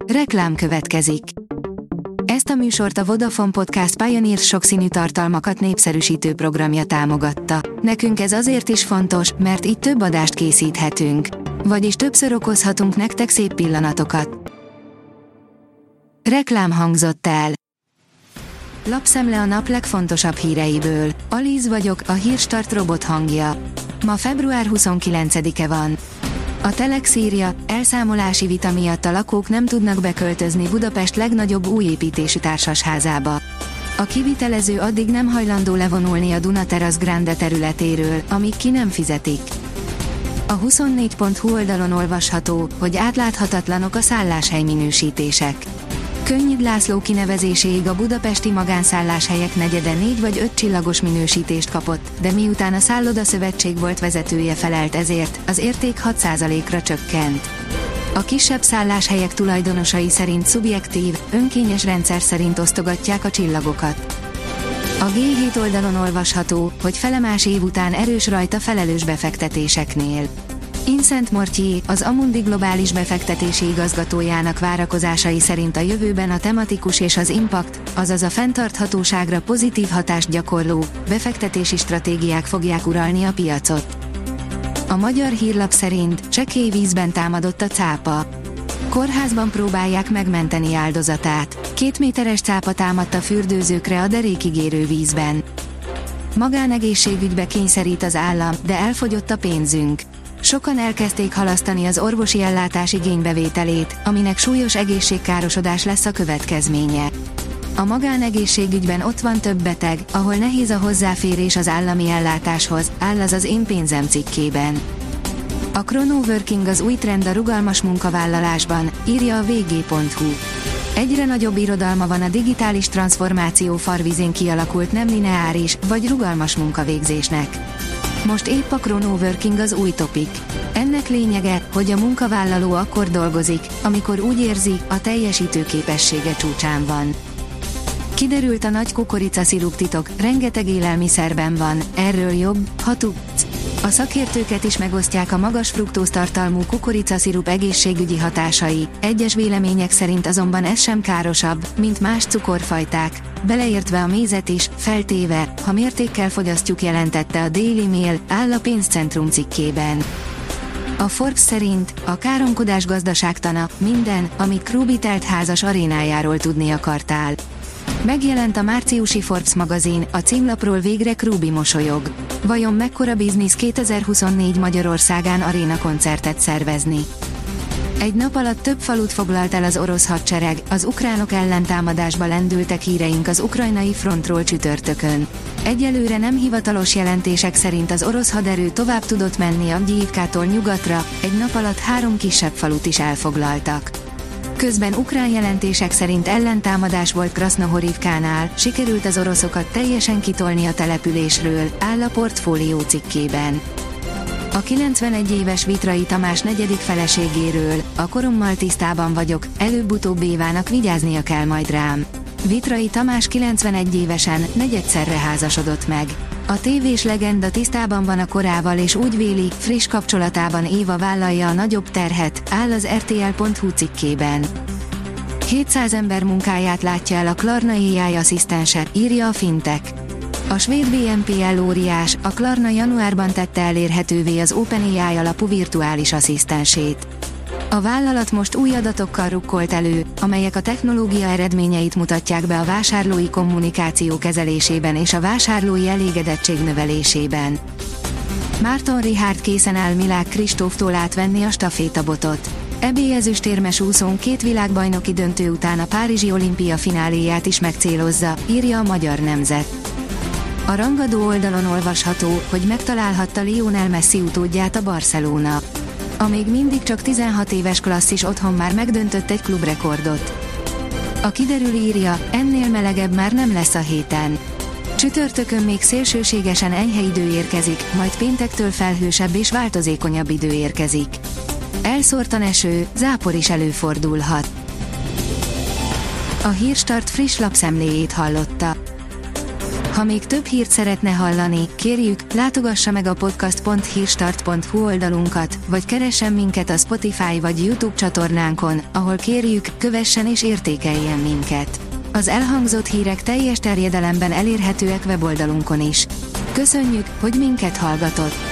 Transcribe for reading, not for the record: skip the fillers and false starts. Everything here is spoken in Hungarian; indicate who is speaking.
Speaker 1: Reklám következik. Ezt a műsort a Vodafone Podcast Pioneer sokszínű tartalmakat népszerűsítő programja támogatta. Nekünk ez azért is fontos, mert így több adást készíthetünk. Vagyis többször okozhatunk nektek szép pillanatokat. Reklám hangzott el. Lapszemle a nap legfontosabb híreiből. Alíz vagyok, a Hírstart robot hangja. Ma február 29-e van. A Telex írja, elszámolási vita miatt a lakók nem tudnak beköltözni Budapest legnagyobb újépítésű társasházába. A kivitelező addig nem hajlandó levonulni a Duna Terrace Grande területéről, amíg ki nem fizetik. A 24.hu oldalon olvasható, hogy átláthatatlanok a szálláshely minősítések. Könnyid László kinevezéséig a budapesti magánszálláshelyek negyede 4 vagy 5 csillagos minősítést kapott, de miután a Szállodaszövetség volt vezetője felelt ezért, az érték 6%-ra csökkent. A kisebb szálláshelyek tulajdonosai szerint szubjektív, önkényes rendszer szerint osztogatják a csillagokat. A G7 oldalon olvasható, hogy felemás év után erős rajta felelős befektetéseknél. Vincent Mortier, az Amundi globális befektetési igazgatójának várakozásai szerint a jövőben a tematikus és az impact, azaz a fenntarthatóságra pozitív hatást gyakorló, befektetési stratégiák fogják uralni a piacot. A Magyar Hírlap szerint csekély vízben támadott a cápa. Kórházban próbálják megmenteni áldozatát. 2 méteres cápa támadt a fürdőzőkre a derékig érő vízben. Magánegészségügybe kényszerít az állam, de elfogyott a pénzünk. Sokan elkezdték halasztani az orvosi ellátás igénybevételét, aminek súlyos egészségkárosodás lesz a következménye. A magánegészségügyben ott van több beteg, ahol nehéz a hozzáférés az állami ellátáshoz, áll az Én pénzem cikkében. A Chronoworking az új trend a rugalmas munkavállalásban, írja a vg.hu. Egyre nagyobb irodalma van a digitális transformáció farvizén kialakult nem lineáris, vagy rugalmas munkavégzésnek. Most épp a Chronoworking az új topik. Ennek lényege, hogy a munkavállaló akkor dolgozik, amikor úgy érzi, a teljesítőképessége csúcsán van. Kiderült a nagy kukoricaszirup titok, rengeteg élelmiszerben van, erről jobb, ha tudsz. A szakértőket is megosztják a magas fruktóztartalmú kukoricaszirup egészségügyi hatásai, egyes vélemények szerint azonban ez sem károsabb, mint más cukorfajták, beleértve a mézet is, feltéve, ha mértékkel fogyasztjuk, jelentette a Daily Mail, áll a pénzcentrum cikkében. A Forbes szerint a káromkodás gazdaságtana, minden, amit Kruby telt házas arénájáról tudni akartál. Megjelent a márciusi Forbes magazin, a címlapról végre Kruby mosolyog. Vajon mekkora biznisz 2024 Magyarországán aréna koncertet szervezni? Egy nap alatt több falut foglalt el az orosz hadsereg, az ukránok ellen támadásba lendültek híreink az ukrajnai frontról csütörtökön. Egyelőre nem hivatalos jelentések szerint az orosz haderő tovább tudott menni Avdyivkától nyugatra, egy nap alatt 3 kisebb falut is elfoglaltak. Közben ukrán jelentések szerint ellentámadás volt Krasznohorivkánál, sikerült az oroszokat teljesen kitolni a településről, áll a Portfólió cikkében. A 91 éves Vitrai Tamás negyedik feleségéről, a korommal tisztában vagyok, előbb-utóbb Évának vigyáznia kell majd rám. Vitrai Tamás 91 évesen, negyedszerre házasodott meg. A tévés legenda tisztában van a korával és úgy véli, friss kapcsolatában Éva vállalja a nagyobb terhet, áll az rtl.hu cikkében. 700 ember munkáját látja el a Klarna AI asszisztense, írja a Fintech. A svéd BNPL óriás, a Klarna januárban tette elérhetővé az OpenAI alapú virtuális asszisztensét. A vállalat most új adatokkal rukkolt elő, amelyek a technológia eredményeit mutatják be a vásárlói kommunikáció kezelésében és a vásárlói elégedettség növelésében. Márton Richard készen áll Milák Kristóftól átvenni a stafétabotot. EB-ezüstérmes úszón 2 világbajnoki döntő után a párizsi olimpia fináléját is megcélozza, írja a Magyar Nemzet. A rangadó oldalon olvasható, hogy megtalálhatta Lionel Messi utódját a Barcelona. A még mindig csak 16 éves klasszis otthon már megdöntött egy klubrekordot. A Kiderül írja, ennél melegebb már nem lesz a héten. Csütörtökön még szélsőségesen enyhe idő érkezik, majd péntektől felhősebb és változékonyabb idő érkezik. Elszórtan eső, zápor is előfordulhat. A Hírstart friss lapszemléjét hallotta. Ha még több hírt szeretne hallani, kérjük, látogassa meg a podcast.hírstart.hu oldalunkat, vagy keressen minket a Spotify vagy YouTube csatornánkon, ahol kérjük, kövessen és értékeljen minket. Az elhangzott hírek teljes terjedelemben elérhetőek weboldalunkon is. Köszönjük, hogy minket hallgatott!